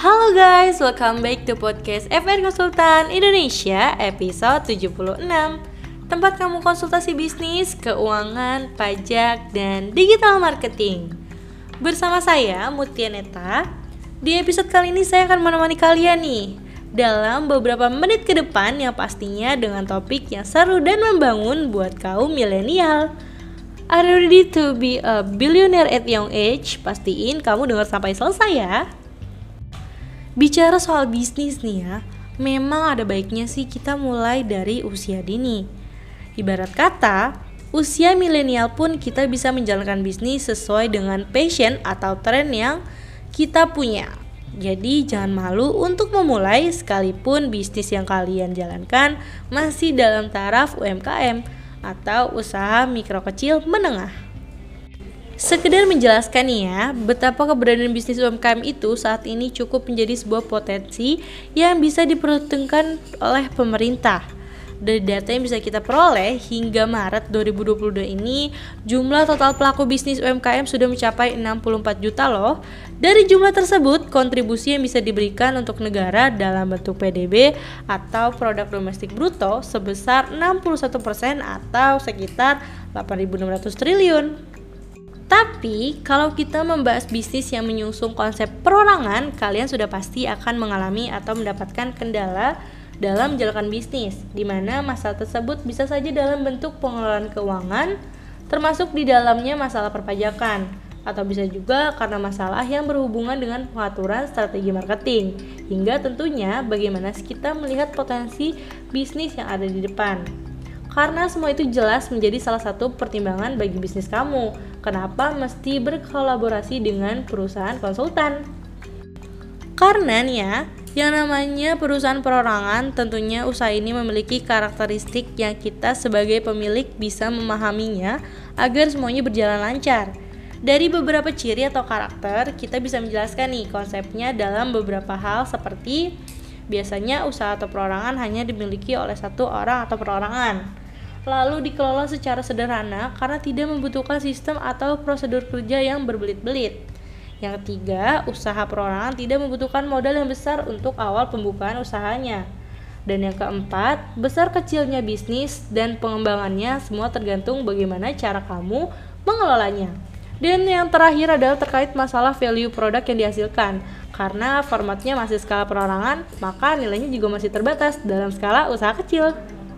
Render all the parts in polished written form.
Halo guys, welcome back to podcast FR Konsultan Indonesia episode 76. Tempat kamu konsultasi bisnis, keuangan, pajak, dan digital marketing. Bersama saya Mutia Neta. Di episode kali ini saya akan menemani kalian nih dalam beberapa menit ke depan yang pastinya dengan topik yang seru dan membangun buat kaum milenial. Are you ready to be a billionaire at young age? Pastiin kamu dengar sampai selesai ya. Bicara soal bisnis nih ya, memang ada baiknya sih kita mulai dari usia dini. Ibarat kata, usia milenial pun kita bisa menjalankan bisnis sesuai dengan passion atau tren yang kita punya. Jadi jangan malu untuk memulai sekalipun bisnis yang kalian jalankan masih dalam taraf UMKM atau usaha mikro kecil menengah. Sekedar menjelaskan nih ya, betapa keberadaan bisnis UMKM itu saat ini cukup menjadi sebuah potensi yang bisa diperhitungkan oleh pemerintah. Dari data yang bisa kita peroleh hingga Maret 2022 ini, jumlah total pelaku bisnis UMKM sudah mencapai 64 juta loh. Dari jumlah tersebut, kontribusi yang bisa diberikan untuk negara dalam bentuk PDB atau produk domestik bruto sebesar 61% atau sekitar 8.600 triliun. Tapi kalau kita membahas bisnis yang menyusung konsep perorangan, kalian sudah pasti akan mengalami atau mendapatkan kendala dalam menjalankan bisnis, di mana masalah tersebut bisa saja dalam bentuk pengelolaan keuangan, termasuk di dalamnya masalah perpajakan, atau bisa juga karena masalah yang berhubungan dengan pengaturan strategi marketing, hingga tentunya bagaimana kita melihat potensi bisnis yang ada di depan. Karena semua itu jelas menjadi salah satu pertimbangan bagi bisnis kamu. Kenapa mesti berkolaborasi dengan perusahaan konsultan? Karena nih ya, yang namanya perusahaan perorangan tentunya usaha ini memiliki karakteristik yang kita sebagai pemilik bisa memahaminya agar semuanya berjalan lancar. Dari beberapa ciri atau karakter, kita bisa menjelaskan nih konsepnya dalam beberapa hal seperti biasanya usaha atau perorangan hanya dimiliki oleh satu orang atau perorangan. Lalu dikelola secara sederhana karena tidak membutuhkan sistem atau prosedur kerja yang berbelit-belit. Yang ketiga, usaha perorangan tidak membutuhkan modal yang besar untuk awal pembukaan usahanya. Dan yang keempat, besar kecilnya bisnis dan pengembangannya semua tergantung bagaimana cara kamu mengelolanya. Dan yang terakhir adalah terkait masalah value produk yang dihasilkan. Karena formatnya masih skala perorangan, maka nilainya juga masih terbatas dalam skala usaha kecil.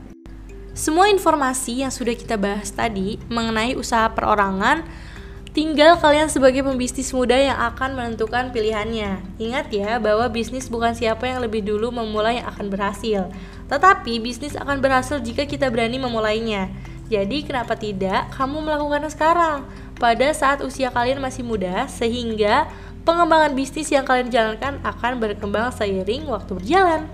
Semua informasi yang sudah kita bahas tadi mengenai usaha perorangan, tinggal kalian sebagai pembisnis muda yang akan menentukan pilihannya. Ingat ya bahwa bisnis bukan siapa yang lebih dulu memulai yang akan berhasil, tetapi bisnis akan berhasil jika kita berani memulainya. Jadi kenapa tidak kamu melakukannya sekarang, pada saat usia kalian masih muda, sehingga pengembangan bisnis yang kalian jalankan akan berkembang seiring waktu berjalan.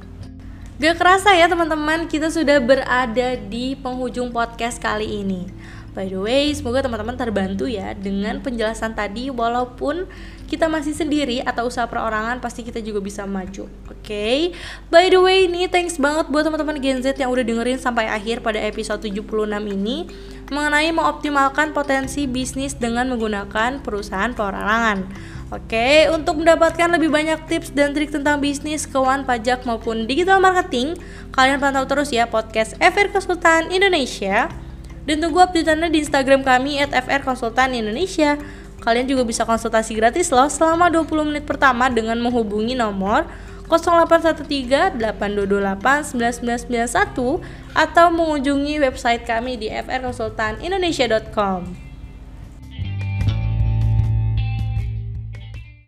Gak kerasa ya teman-teman, kita sudah berada di penghujung podcast kali ini. By the way, semoga teman-teman terbantu ya dengan penjelasan tadi. Walaupun kita masih sendiri atau usaha perorangan, pasti kita juga bisa maju. Oke. By the way, ini thanks banget buat teman-teman Gen Z yang udah dengerin sampai akhir pada episode 76 ini mengenai mengoptimalkan potensi bisnis dengan menggunakan perusahaan perorangan. Oke, untuk mendapatkan lebih banyak tips dan trik tentang bisnis, keuangan, pajak maupun digital marketing, kalian pantau terus ya podcast FR Konsultan Indonesia. Dan tunggu update-nya di Instagram kami @frkonsultanindonesia. Kalian juga bisa konsultasi gratis loh selama 20 menit pertama dengan menghubungi nomor 0813-8228-9991 atau mengunjungi website kami di frkonsultanindonesia.com.